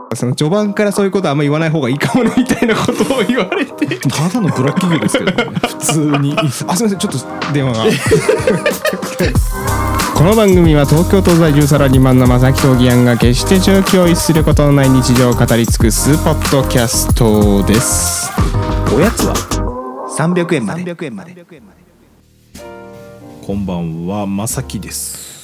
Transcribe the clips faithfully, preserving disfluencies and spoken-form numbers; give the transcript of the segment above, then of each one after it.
その序盤からそういうことはあんま言わない方がいいかもねみたいなことを言われてただのブラック企業ですけどね普通にあすいませんちょっと電話がこの番組は東京都在住サラリーマンの正木と義安が決して常軌を逸することのない日常を語り尽くすポッドキャストです。 おやつはさんびゃくえんまで。 こんばんは正木です。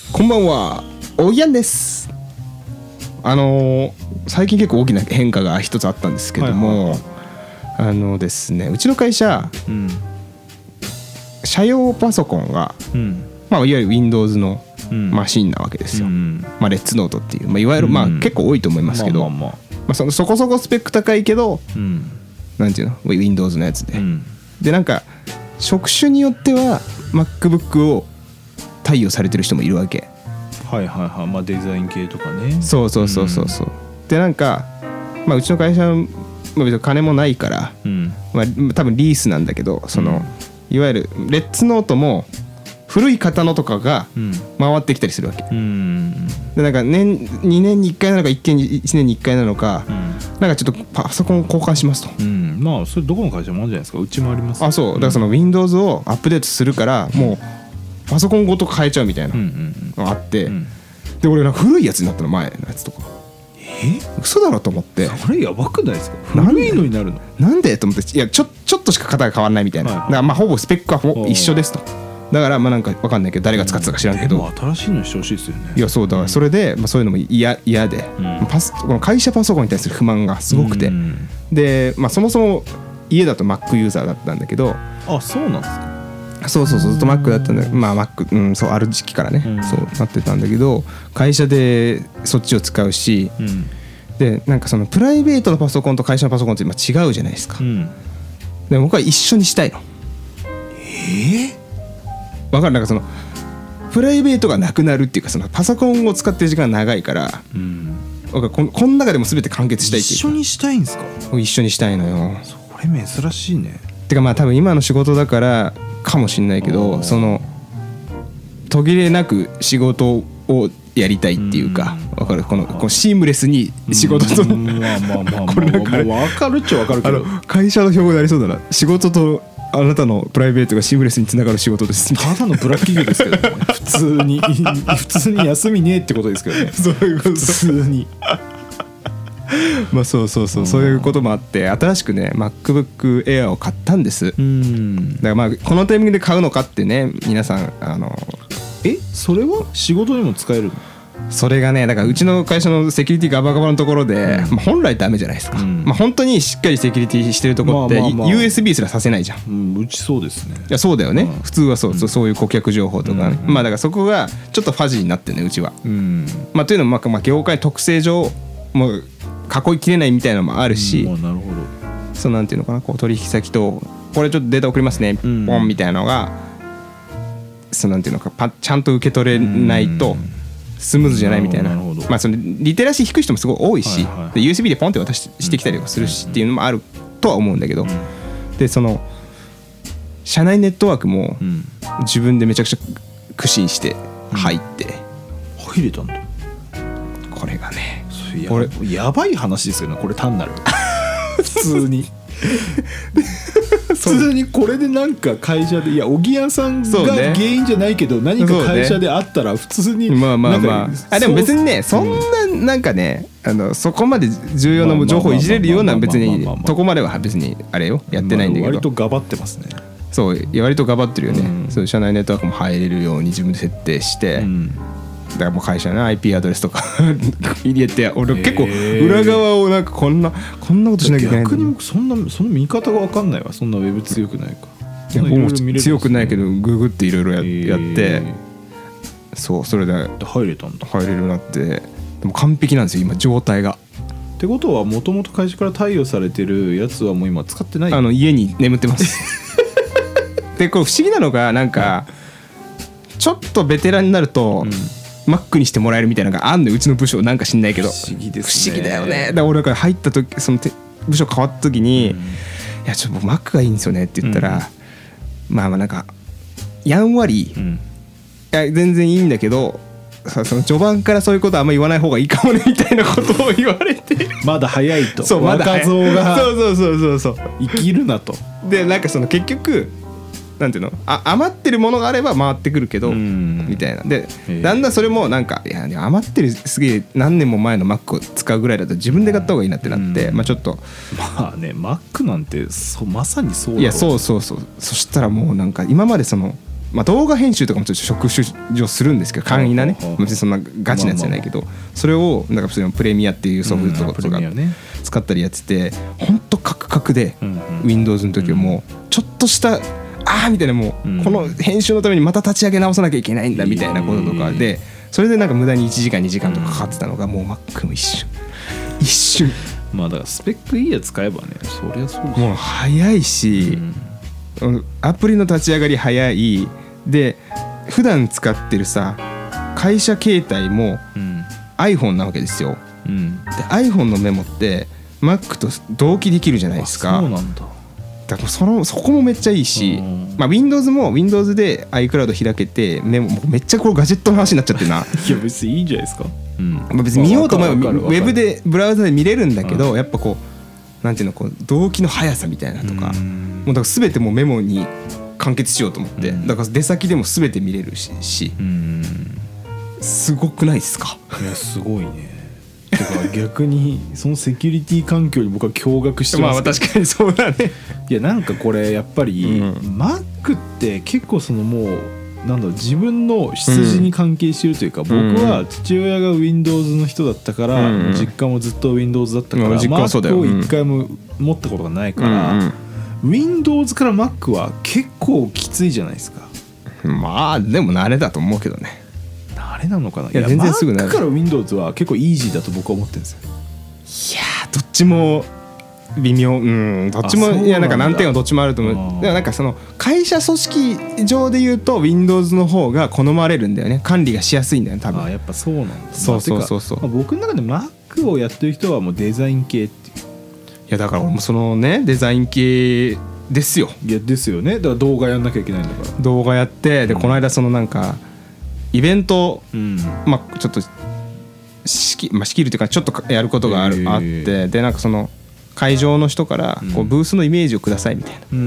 こんばんはおぎやんです。あのー、最近結構大きな変化が一つあったんですけども、はいはいはい、あのですねうちの会社、うん、社用パソコンが、うんまあ、いわゆる Windows のマシンなわけですよ、うんまあ、レッツノートっていう、まあ、いわゆる、まあ、結構多いと思いますけど、まあまあまあまあ、そのそこそこスペック高いけど、うん、なんていうの Windows のやつで、うん、でなんか職種によっては MacBook を対応されてる人もいるわけ。 はいはいはい、まあ、デザイン系とかね。 そうそうそうそうそう、うん、でなんか、まあ、うちの会社は別に金もないから、うんまあ、多分リースなんだけどその、うん、いわゆるレッツノートも古い方のとかが回ってきたりするわけ、うん、でなんか年にねんにいっかいなのかいちねんにいっかいなのか、うん、なんかちょっとパソコン交換しますと、うん、 まあそれどこの会社もあるじゃないですか。うちもあります。 あそうだからその Windows をアップデートするからもうパソコンごと変えちゃうみたいなのがあって、うんうんうん、で俺なんか古いやつになったの前のやつとかえ嘘だろと思って。 それやばくないですか。古いのになるのなんでと思っていやちょ、ちょっとしか型が変わらないみたいな、はいはい、だからまあほぼスペックはほ一緒ですと。だからまあなんか分かんないけど誰が使ってたか知らんけど、でも新しいのしてほしいですよね。 いやそうだからそれで、まあ、そういうのも嫌嫌で、うん、パスこの会社パソコンに対する不満がすごくて、うん、で、まあ、そもそも家だと Mac ユーザーだったんだけど。 あそうなんですか。 そうそうそうずっと Mac だったんだけど、まあ Mac、うん、そうある時期からね、うん、そうなってたんだけど会社でそっちを使うし、うん、でなんかそのプライベートのパソコンと会社のパソコンって今違うじゃないですか、うん、で僕は一緒にしたいの。 えー分かるなんかそのプライベートがなくなるっていうかそのパソコンを使ってる時間が長いから、うん、こ, この中でも全て完結したいっていうか。 一緒にしたいんですか。 一緒にしたいのよ。 それ珍しいね。 てかまあ多分今の仕事だからかもしれないけどその途切れなく仕事をやりたいっていうか分かるこのこのシームレスに仕事とまあまあまあまあこれなんか分かるっちゃ分かるけど会社の標語になりそうだな。仕事とあなたのプライベートがシームレスにつながる仕事です。 ただのブラック企業ですけどね普通に普通に休みねえってことですけどねそういうこと普通にまあそうそうそうそういうこともあって新しくね MacBook Air を買ったんです。うんだからまあこのタイミングで買うのかってね皆さんあのえそれは仕事にも使えるの。 それがねだからうちの会社のセキュリティガバガバのところで、うんまあ、本来ダメじゃないですか、うんまあ、本当にしっかりセキュリティしてるところって、まあまあまあ、ユーエスビー すらさせないじゃん、 うん、うちそうですね。 いやそうだよね、うん、普通はそう、うん、そういう顧客情報とかね、うん、まあだからそこがちょっとファジーになってるねうちは、うんまあ、というのも、まあ、業界特性上もう囲いきれないみたいなのもあるし、うんまあ、なるほどそうなんていうのかなこう取引先とこれちょっとデータ送りますね、うん、ポンみたいなのがそうなんていうのかパちゃんと受け取れないと、うんスムーズじゃないみたいな、まあ、そのリテラシー低い人もすごい多いし、はいはい、で ユーエスビー でポンって渡ししてきたりとかするしっていうのもあるとは思うんだけど、うん、でその社内ネットワークも自分でめちゃくちゃ苦心して入って、 うん、入れたんだ。 これがねや, これやばい話ですよねこれ単なる普通に普通にこれでなんか会社でいやおぎやさんが原因じゃないけど何か会社であったら普通にまあまあまああでも別にねそんななんかねあのそこまで重要な情報をいじれるような別にとこまでは別にあれよやってないんだけど割とガバってますね。 そう割とガバってるよね、うん、そう社内ネットワークも入れるように自分で設定して、うんだからもう会社の アイピー アドレスとか入れて俺結構裏側をなんかこんなこんなことしなきゃいけない。 逆に僕そんなその見方が分かんないわ。そんなウェブ強くないか。 いや僕も強くないけどググっていろいろやってそうそれで入れたんだ。 入れるようになってでも完璧なんですよ今状態が。 ってことはもともと会社から貸与されてるやつはもう今使ってない。 あの家に眠ってますでこれ不思議なのがなんかちょっとベテランになると、うんMac にしてもらえるみたいなのがあんのうちの部署なんか知んないけど不思議ですね。 不思議だよね。だから俺が入った時その部署変わった時に、うん、いやちょっと Mac がいいんですよねって言ったら、うん、まあまあなんかやんわり、うん、いや全然いいんだけどその序盤からそういうことあんま言わない方がいいかもねみたいなことを言われてまだ早いと。 そうまだ若造がそうそうそうそうそう生きるなと。 でなんかその結局なんていうのあ余ってるものがあれば回ってくるけどみたいなでだんだんそれもなんかいや余ってるすげえ何年も前の Mac を使うぐらいだと自分で買った方がいいなってなってまあちょっとまあね Mac なんてそまさにそうだろう。 いやそうそうそうそしたらもうなんか今までそのまあ動画編集とかもちょっと職種上するんですけど簡易なね別にそんなガチなやつじゃないけどそれをなんか普通のプレミアっていうソフトとか使ったりやっててほんとカクカクで Windows の時はもうちょっとしたあーみたいなもうこの編集のためにまた立ち上げ直さなきゃいけないんだみたいなこととかでそれでなんか無駄にいちじかんにじかんとかかかってたのがもう Mac も一瞬一瞬まあだからスペックいいやつ使えばねそりゃそうですもう早いしアプリの立ち上がり早いで普段使ってるさ会社携帯も iPhone なわけですよ、うん、で iPhone のメモって Mac と同期できるじゃないですか。 そうなんだ。 だからそのそこもめっちゃいいし、まあ、Windows も Windows で iCloud 開けてメモめっちゃこれガジェットの話になっちゃってるな。 いや別にいいんじゃないですか、うんまあ、別に見ようと思えばウェブでブラウザで見れるんだけどやっぱこうなんていうのこう同期の速さみたいなとかもうだから全てもうメモに完結しようと思ってだから出先でも全て見れるし、しすごくないですか。 いやすごいね。だから逆にそのセキュリティ環境に僕は驚愕してます。 まあ確かにそうだね。 いやなんかこれやっぱり、うん、Mac って結構そのもうなんだろう自分の出自に関係してるというか、うん、僕は父親が Windows の人だったから、うん、実家もずっと Windows だったから、うん、Mac を一回も持ったことがないから、うんうん、Windows から Mac は結構きついじゃないですか。 まあでも慣れだと思うけどね。 あれなのかな。 いや全然すぐなる。 Mac から Windows は結構イージーだと僕は思ってるんですよ。いやどっちも微妙うんどっちもいやなんか難点はどっちもあると思う。でもなんかその会社組織上で言うと Windows の方が好まれるんだよね。管理がしやすいんだよね多分。 あやっぱそうなんだ。 そうそうそうそう。 まあ、僕の中で Mac をやってる人はもうデザイン系っていう。いやだから俺もそのねデザイン系ですよ。 いやですよね。だから動画やんなきゃいけないんだから。 動画やってでこの間そのなんかイベント、うん、まあちょっと仕切、まあ、仕切るというかちょっとやることがあるあってでなんかその会場の人からこうブースのイメージをくださいみたいな、うん、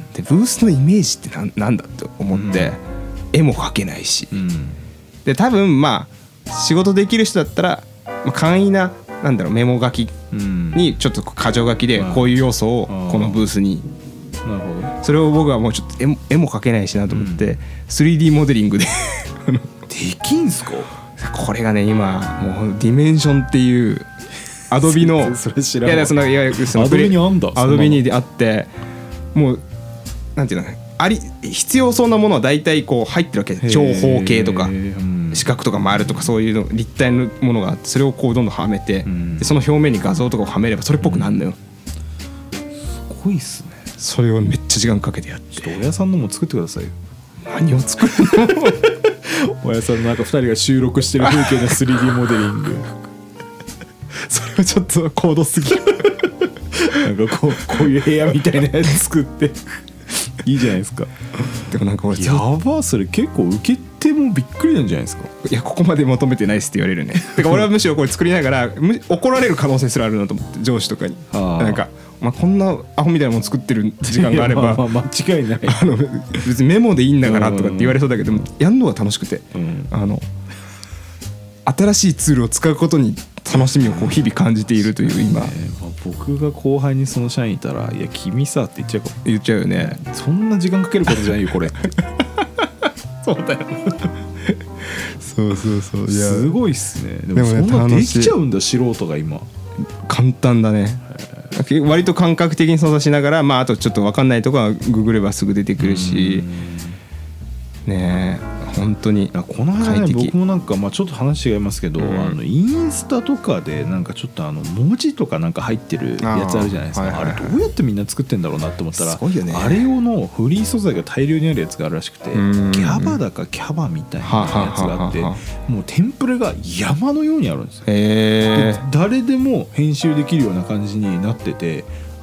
でブースのイメージってな ん, なんだって思って、うん、絵も描けないし、うん、で多分まあ仕事できる人だったら、まあ、簡易ななんだろうメモ書きにちょっと箇条書きでこういう要素をこのブースになるほど。 それを僕はもうちょっと 絵 も, 絵も描けないしなと思って、うん、スリーディー モデリングでできんすか。 これがね今もうディメンションっていうアドビのそれ知らんわ。 いやそのいやそのアドビにあんだ。 アドビにあってもうなんていうのあり必要そうなものは大体こう入ってるわけで長方形とか四角とか丸とかそういうの立体のものがあってそれをこうどんどんはめてでその表面に画像とかをはめればそれっぽくなるのよ。 すごいっすね。 それをめっちゃ時間かけてやってちょっと親さんのも作ってくださいよ。 何を作るの親さんのなんかふたりが収録してる風景の スリーディー モデリングそれはちょっと高度すぎるなんかこう、こういう部屋みたいなやつ作っていいじゃないですか。 でもなんか俺やばそれ結構受けてもびっくりなんじゃないですか。 いやここまで求めてないっすって言われるねだから俺はむしろこれ作りながら怒られる可能性すらあるなと思って上司とかになんかまあ、こんなアホみたいなもの作ってる時間があればまあまあ間違いないあの別にメモでいいんだからとかって言われそうだけどやるのが楽しくて、うん、あの新しいツールを使うことに楽しみをこう日々感じているという今、 ねまあ、僕が後輩にその社員いたらいや君さって言っちゃうかも。 言っちゃうよね。 そんな時間かけることじゃないよこれそうだよそうそうそういやすごいっすね。でもそんなできちゃうんだ素人が今。 簡単だね。割と感覚的に操作しながら、まあ、あとちょっと分かんないとこはググればすぐ出てくるしねえ本当にこの間ね僕もなんか、まあ、ちょっと話違いますけど、うん、あのインスタとかでなんかちょっとあの文字とかなんか入ってるやつあるじゃないですか。 あ,、はいはいはい、あれどうやってみんな作ってんだろうなって思ったらすごいよね。あれ用のフリー素材が大量にあるやつがあるらしくてギャバだかキャバみたいなやつがあってもうテンプレが山のようにあるんですよ。で誰でも編集できるような感じになっててあみ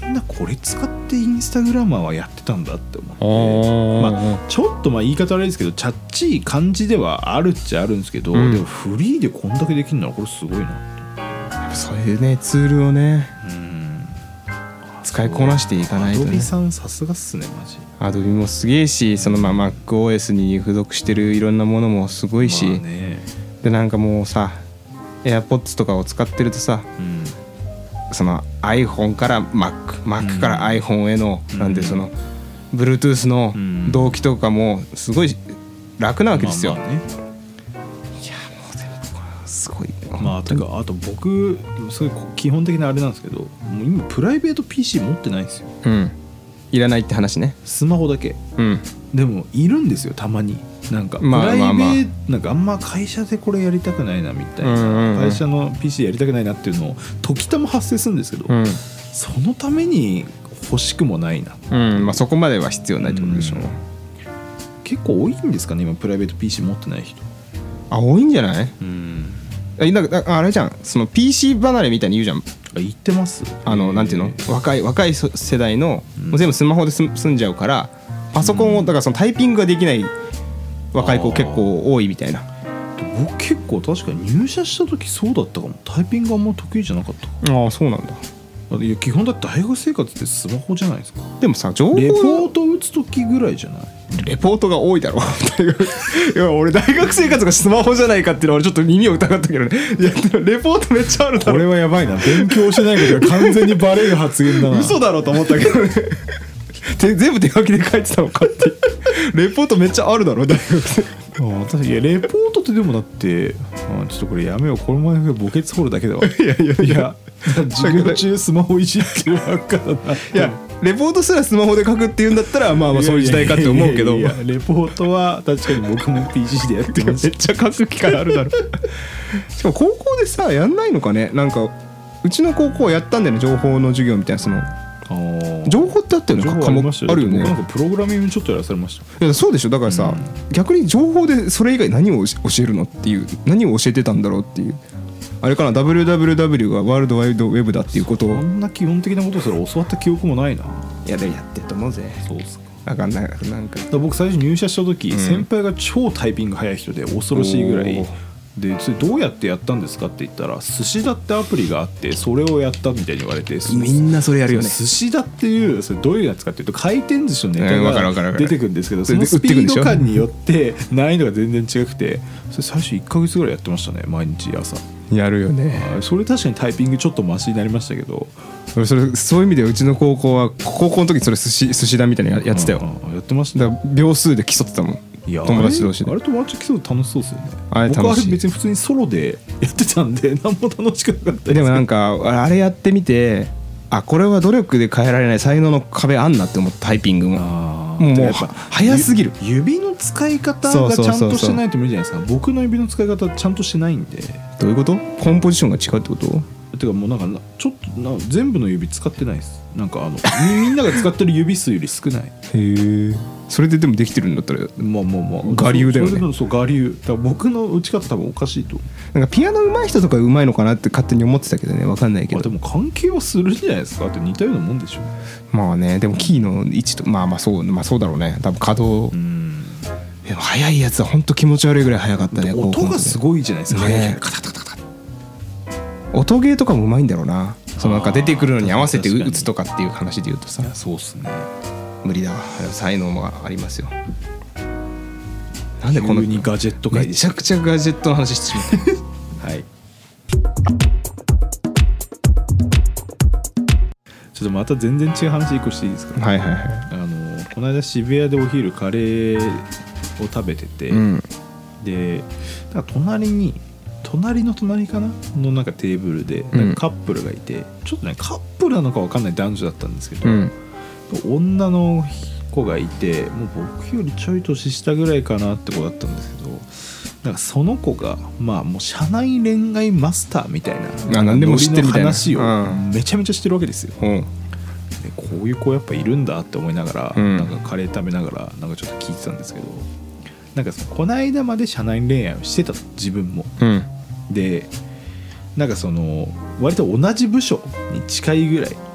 んなこれ使ってインスタグラマーはやってたんだって思って、まあ、ちょっとまあ言い方悪いですけどチャッチい感じではあるっちゃあるんですけど、うん、でもフリーでこんだけできるのはこれすごいな。 やっぱそういうねツールをね、うん、使いこなしていかないとね。 アドビさんさすがっすねマジ。 アドビもすげえし、そのまあ MacOS に付属してるいろんなものもすごいし、まあね、でなんかもうさ AirPods とかを使ってるとさ、うん、その iPhone から Mac、Mac から iPhone への、うん、なんでその Bluetooth の同期とかもすごい楽なわけですよ。まあまあね、いやもう全部これすごい。 まあてかあと僕そういう基本的なあれなんですけど、もう今プライベート ピーシー 持ってないんですよ。 うん。いらないって話ね。 スマホだけ。 うん。 でもいるんですよたまに。なんかプライベート、まあまあまあ、なんかあんま会社でこれやりたくないなみたいな、うんうんうん、会社の ピーシー やりたくないなっていうのを時たま発生するんですけど、うん、そのために欲しくもないな、 うんまあ、そこまでは必要ないってことでしょう、うん、 結構多いんですかね今プライベート ピーシー 持ってない人。 あ多いんじゃない、うん、なんかあれじゃんその ピーシー 離れみたいに言うじゃん。あ言ってます。 あのなんていうの若い若い世代の、うん、もう全部スマホで済んじゃうからパソコンをだからそのタイピングができない若い子結構多いみたいな。 僕結構確かに入社した時そうだったかも。タイピングあんま得意じゃなかった。 ああそうなんだ。 いや基本だって大学生活ってスマホじゃないですか。 でもさ情報レポート打つ時ぐらいじゃない。 レポートが多いだろいや俺大学生活がスマホじゃないかっていうのは俺ちょっと耳を疑ったけどね。いやレポートめっちゃあるだろ。 これはやばいな。勉強してないことが完全にバレる発言だな嘘だろと思ったけどね全部手書きで書いてたのかってレポートめっちゃあるだろ大学生。 あ私いやレポートってでもだってあちょっとこれやめようこの前の墓穴掘るだけだわ。いやいやいや授業中スマホいじってるばっかだな。いやレポートすらスマホで書くっていうんだったらまあまあそういう時代かって思うけど、いやいやいやいやレポートは確かに僕も ピーシー でやってます。 めっちゃ書く機会あるだろしかも高校でさやんないのかね。なんかうちの高校はやったんだよね情報の授業みたいな。その情報ってあったよね。 情報ありましたよ。あるよね。なんかプログラミングちょっとやらされました。 いやそうでしょ。だからさ、うん、逆に情報でそれ以外何を教えるのっていう何を教えてたんだろうっていうあれかな。 ダブリューダブリューダブリュー がワールドワイドウェブだっていうことをそんな基本的なことすら教わった記憶もないな。 いやでもやってると思うぜ。 そうっすか。 分かんないなんかだ僕最初入社した時、うん、先輩が超タイピング早い人で恐ろしいぐらいでそれどうやってやったんですかって言ったら寿司だってアプリがあってそれをやったみたいに言われてみんなそれやるよね。 寿司だっていうそれどういうやつかっていうと回転寿司のネタが出てくるんですけどそのスピード感によって難易度が全然違くてそれ最初いっかげつぐらいやってましたね毎日朝。 やるよね。 それ確かにタイピングちょっとマシになりましたけどそれそういう意味でうちの高校は高校の時それ寿司寿司だみたいにやってたよ。 やってました。 だから秒数で競ってたもん。いや友達同士で。 あれ友達競う楽しそうですよね。あれ楽しい。僕はあれ別に普通にソロでやってたんで何も楽しくなかったですけど。 でもなんかあれやってみてあこれは努力で変えられない才能の壁あんなって思ったタイピングも。あもうもう早すぎる。 指の使い方がちゃんとしてないと無理じゃないですか。僕の指の使い方ちゃんとしてないんで。 どういうこと？コンポジションが違うってこと？ てかもうなんかちょっとな全部の指使ってないです。なんかあのみんなが使ってる指数より少ない。へえ。それででもできてるんだったらまあまあまあ我流だよね。 そうそう我流。だから僕の打ち方多分おかしいと。 なんかピアノ上手い人とか上手いのかなって勝手に思ってたけどね分かんないけど。 でも関係はするんじゃないですか。って似たようなもんでしょ。 まあねでもキーの位置とまあまあそうまあそうだろうね。多分稼働。うんでも速いやつは本当気持ち悪いぐらい速かったね。 音がすごいじゃないですか。ね、カタカタカタ音ゲーとかもうまいんだろうな。そのなんか出てくるのに合わせて打つとかっていう話で言うとさ。 そうっすね。 無理だわ。才能もありますよ。なんでこの急にガジェット界めちゃくちゃガジェットの話してしまったはい。 ちょっとまた全然違う話一個していいですか。 はいはいはい。 あのこの間渋谷でお昼カレーを食べてて、うん、でなんか隣に隣の隣かなのなんかテーブルでなんかカップルがいて、うん、ちょっとねカップルなのか分かんない男女だったんですけど、うん、女の子がいてもう僕よりちょい年下ぐらいかなって子だったんですけどなんかその子がまあもう社内恋愛マスターみたいな何でも知ってるみたいな話をめちゃめちゃ知ってるわけですよ、うん、でこういう子やっぱいるんだって思いながら、うん、なんかカレー食べながらなんかちょっと聞いてたんですけどなんかそのこの間まで社内恋愛をしてた自分も、うん、でなんかその割と同じ部署に近いぐらい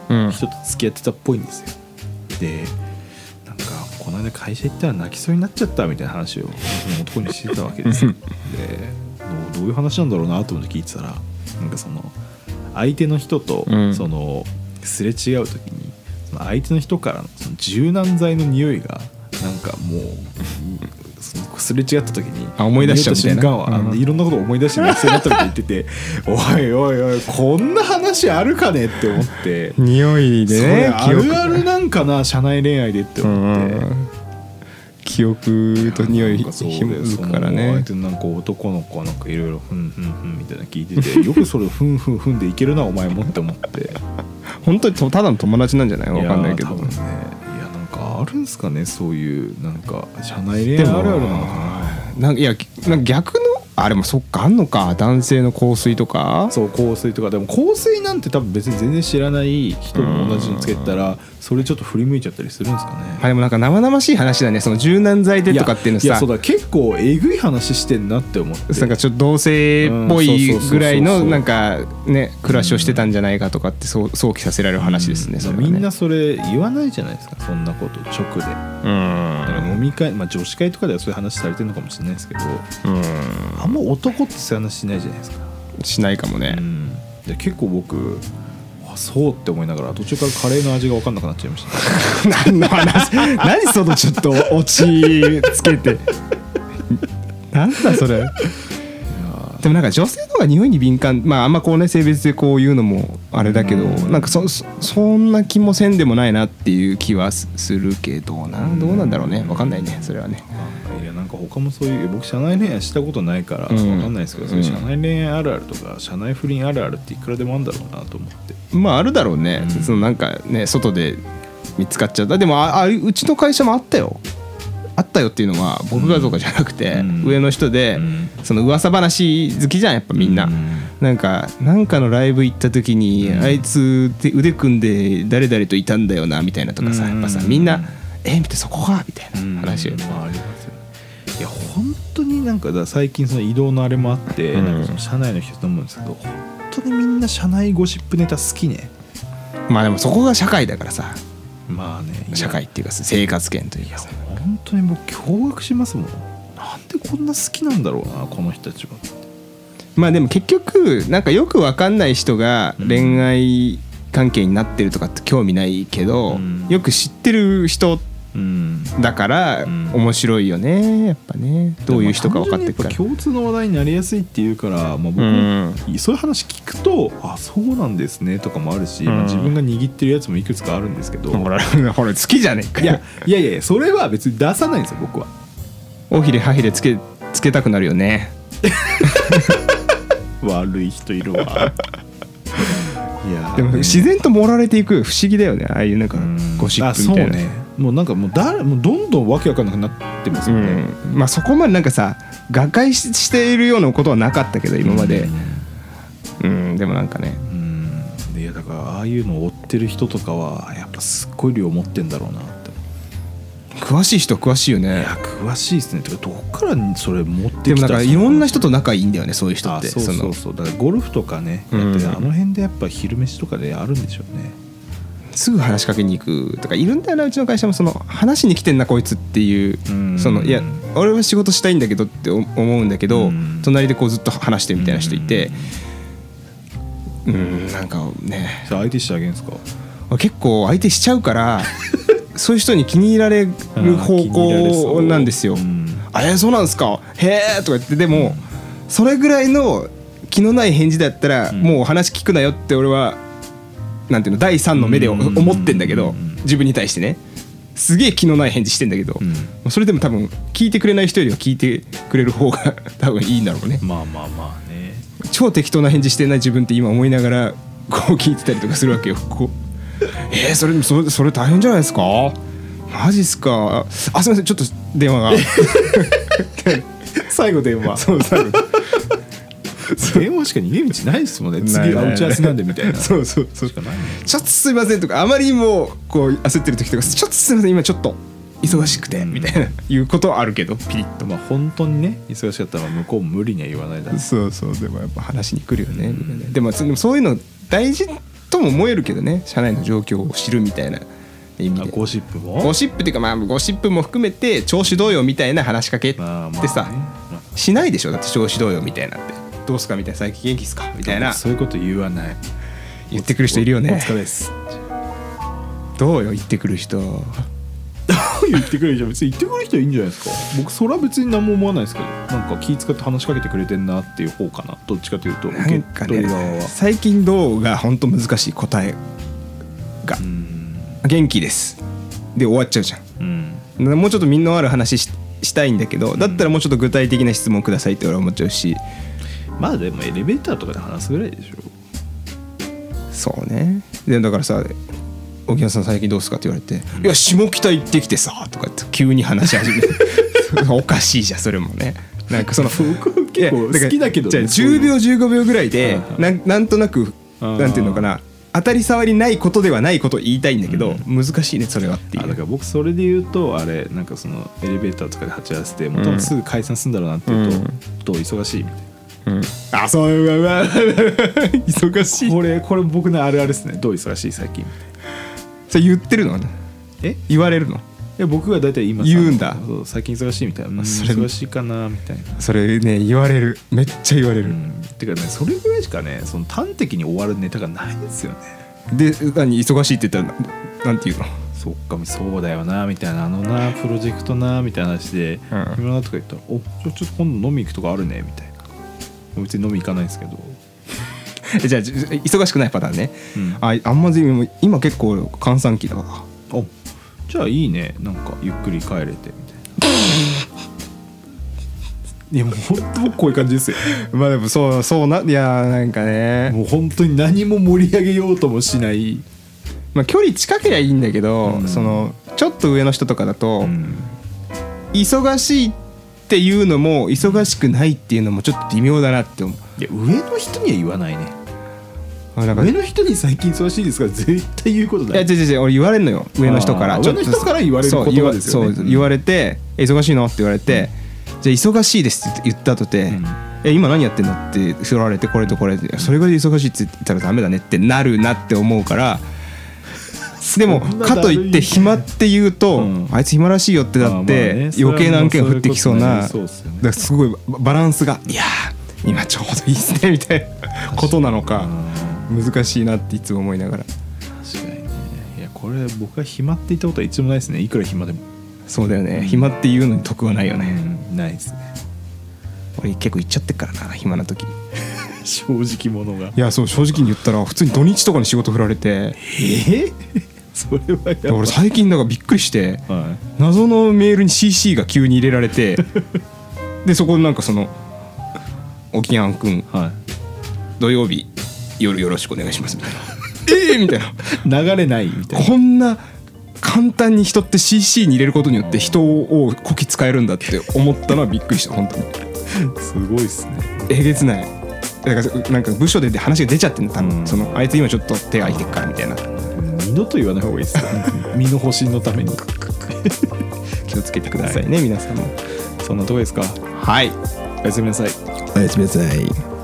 人と付き合ってたっぽいんですよ。でなんかこの間会社行ったら泣きそうになっちゃったみたいな話をその男にしてたわけですよ。でどういう話なんだろうなと思って聞いてたら、なんかその相手の人とそのすれ違う時にその相手の人からのその柔軟剤の匂いがなんかもうすれ違った時にあ思い出しちゃうみたいな、 瞬間は、うん、いろんなことを思い出して泣きそうになったって言ってておいおいおいこんな話あるかねって思って、 匂いでね、 それあるあるなんかな社内恋愛でって思って、うん、 記憶と匂いひもづくからね。 相手のなんか男の子はなんかいろいろふんふんふんみたいな聞いててよくそれふんふんふんでいけるなお前もって思って本当にただの友達なんじゃない？わかんないけど。 いや多分ね、いやなんかあるんすかねそういうなんか社内恋愛あるあるなのかな。 なんかいやなんか逆のあれもそっかあんのか、男性の香水とか。 そう香水とかでも香水なんて多分別に全然知らない人も同じにつけたらそれちょっと振り向いちゃったりするんですかね。 あでもなんか生々しい話だね、その柔軟剤でとかっていうのさ。 いやそうだ結構えぐい話してんなって思って、 なんかちょっと同性っぽいぐらいのなんかね暮らしをしてたんじゃないかとかってそう想起させられる話ですね、 うん、 それはね。 みんなそれ言わないじゃないですかそんなこと直で。うん、だから飲み会、まあ、女子会とかではそういう話されてるのかもしれないですけど、うん、あんま男ってそういう話しないじゃないですか。 しないかもね、 うん、で結構僕あそうって思いながら途中からカレーの味が分かんなくなっちゃいました、 何の話何そのちょっとオチつけてなんだそれ。でもなんか女性の方が匂いに敏感、まああんまこうね性別でこう言うのもあれだけど、なんか そ, そんな気もせんでもないなっていう気はするけどな、どうなんだろうね、分かんないねそれはね。 いやなんか他もそういう僕社内恋愛したことないから分かんないですけど、うん、そういう社内恋愛あるあるとか社内不倫あるあるっていくらでもあるんだろうなと思って。 まああるだろうね、うん、そのなんかね外で見つかっちゃった。でも あ, あうちの会社もあったよあったよっていうのは僕がとかじゃなくて、うん、上の人で、うん、その噂話好きじゃんやっぱみんな、うん、なんかなんかのライブ行った時に、うん、あいつ腕組んで誰々といたんだよなみたいなとかさ、うん、やっぱさみんなえ見てそこかみたいな話を、うんまあ、ありますよね。 いや本当になんかだ最近その移動のあれもあって、うん、なんかその社内の人と思うんですけど本当にみんな社内ゴシップネタ好きね。 まあでもそこが社会だからさ、 まあね社会っていうか生活圏というかさ、 本当に僕驚愕しますもん。なんでこんな好きなんだろうなこの人たちは。 まあでも結局なんかよく分かんない人が恋愛関係になってるとかって興味ないけど、うん、よく知ってる人だから面白いよねやっぱね。どういう人か分かってるから。 共通の話題になりやすいっていうから、まあ、僕もそういう話聞くとあそうなんですねとかもあるし、まあ、自分が握ってるやつもいくつかあるんですけど、 ほらほら好きじゃねえか。 いやいやいやそれは別に出さないんですよ僕は。 おひれはひれつけつけたくなるよね悪い人いるわいやでも自然と盛られていく不思議だよねああいうなんかゴシップみたいな。 そうねもうなんかもう誰もうどんどんわけわかんなくなってますよね、 うん、まあそこまでなんかさ瓦解しているようなことはなかったけど今まで、うん、うん、でもなんかね、 うん、いやだからああいうのを追ってる人とかはやっぱすっごい量持ってんだろうなって。 詳しい人は詳しいよね。 いや詳しいですね。てかどっからそれ持ってきた。 でもなんかいろんな人と仲いいんだよねそういう人って。 そうそうそうだからゴルフとかねやって、うん、あの辺でやっぱ昼飯とかであるんでしょうね。 すぐ話しかけに行くとかいるんだよなうちの会社も。その話に来てんなこいつっていう、うん、そのいや俺は仕事したいんだけどって思うんだけど、うん、隣でこうずっと話してるみたいな人いて、うん、うん、なんかね相手してあげるんですか。 結構相手しちゃうからそういう人に気に入られる方向なんですよ。うん、あれそうなんですかへーとか言って。でも、うん、それぐらいの気のない返事だったら、うん、もう話聞くなよって俺はなんていうの第三の目で思ってんだけど、自分に対してねすげえ気のない返事してんだけど、うん、それでも多分聞いてくれない人よりは聞いてくれる方が多分いいんだろうね。 まあまあまあね超適当な返事してない自分って今思いながらこう聞いてたりとかするわけよ。こうえー、それそれそれ大変じゃないですかマジっすか。あすみませんちょっと電話が最後電話そう最後電話しか逃げ道ないですもんね。次は打ち合わせなんでみたいなそうそうそうしかない。ちょっとすいませんとかあまりにもこう焦ってる時とかちょっとすいません今ちょっと忙しくてみたいないうことはあるけどピリッと。 まあ本当にね忙しかったら向こうも無理には言わないだろう。 そうそうでもやっぱ話しに来るよね、うん、でもそういうの大事ととも思えるけどね、社内の状況を知るみたいな意味で。 ゴシップもゴシップっていうか、まあゴシップも含めて調子どうよみたいな話しかけってさ、まあまあね、しないでしょ。だって調子どうよみたいなって、どうすかみたいな、最近元気っすかみたいな、 そういうこと言わない。 言ってくる人いるよね。 お疲れです。 どうよ言ってくる人。 言ってくる人、別に言ってくる人いいんじゃないですか。僕それは別に何も思わないですけど、なんか気使って話しかけてくれてんなっていう方かな、どっちかというと。 なんかね、最近どうが本当難しい答えが、元気ですで終わっちゃうじゃん、うん、もうちょっとみんなある話 し, したいんだけど、だったらもうちょっと具体的な質問くださいって俺は思っちゃうし、 まあでもエレベーターとかで話すぐらいでしょ。 そうね。でだからさ、沖縄さん最近どうすかって言われて、うん、いや下北行ってきてさとかって急に話し始めておかしいじゃんそれもね。なんかその僕結構好きだけど、ね、 じゃあじゅうびょうじゅうごびょうぐらいで な, なんとなくなんていうのかな、当たり障りないことではないことを言いたいんだけど、うん、難しいねそれはっていう。 あだから僕それで言うと、あれなんかそのエレベーターとかで鉢合わせてもう多分すぐ解散するんだろうなって言うと、うん、どう忙しいみたいな、うん、あそううわ忙しい、これこれ僕のあるあるですね。どう忙しい最近みたいな。 それ言ってるの？え言われるの？いや僕が大体今言うんだ。 最近忙しいみたいな、それ忙しいかなみたいな。 それね言われる、めっちゃ言われる、うん、 てかねそれぐらいしかねその端的に終わるネタがないですよね。 で何忙しいって言ったらなんて言うの？ そっかそうだよなみたいな、あのなプロジェクトなみたいな話で、うん、今なとか言ったらおちょちょっと今度飲み行くとかあるねみたいな。別に飲み行かないんですけどじゃあ忙しくないパターンね、うん、あ, あんまり今結構閑散期だわ。 おじゃあいいね、なんかゆっくり帰れてみたいないやもう本当僕こういう感じですよまあでもそうそうな、いやなんかねもう本当に何も盛り上げようともしない、 まあ、距離近けりゃいいんだけど、うん、そのちょっと上の人とかだと、うん、忙しいっていうのも忙しくないっていうのもちょっと微妙だなって思う。 いや上の人には言わないね。上の人に最近忙しいですから絶対言うことない。 いや違う違う俺言われるのよ、上の人から。 上の人から言われる言葉ですよね。 そう言われて、うん、忙しいのって言われて、うん、じゃあ忙しいですって言った後で、うん、え今何やってんのって振られて、これとこれでそれぐらい忙しいって言ったらダメだねってなるなって思うから。でもかといって暇って言うと、うん、あいつ暇らしいよってだって、ね、余計な案件降ってきそうな、そうですよね、だからすごいバランスがいや今ちょうどいいですねみたいなことなのか難しいなっていつも思いながら。 確かにね。いやこれ僕は暇って言ったことは一度もないですね、いくら暇でも。 そうだよね、うん、暇って言うのに得はないよね、 うん、ないですね。 俺結構言っちゃってっからな暇な時に正直者が。 いやそう正直に言ったら普通に土日とかに仕事振られてえーそれはやばい。 俺最近だからびっくりして、はい、謎のメールに シーシー が急に入れられてでそこになんかその沖縄くん、はい、土曜日夜よろしくお願いしますみたいなえーみたいな流れないみたいな。 こんな簡単に人って シーシー に入れることによって人をこき使えるんだって思ったのはびっくりした本当にすごいっすね。 えげつない。だからなんか部署で話が出ちゃってんの多分、うん、そのあいつ今ちょっと手空いてっからみたいな。 二度と言わない方がいいですよ身の保身のために気をつけてくださいね皆さんも。 そんなとこですか。 はい、 おやすみなさい。 おやすみなさい。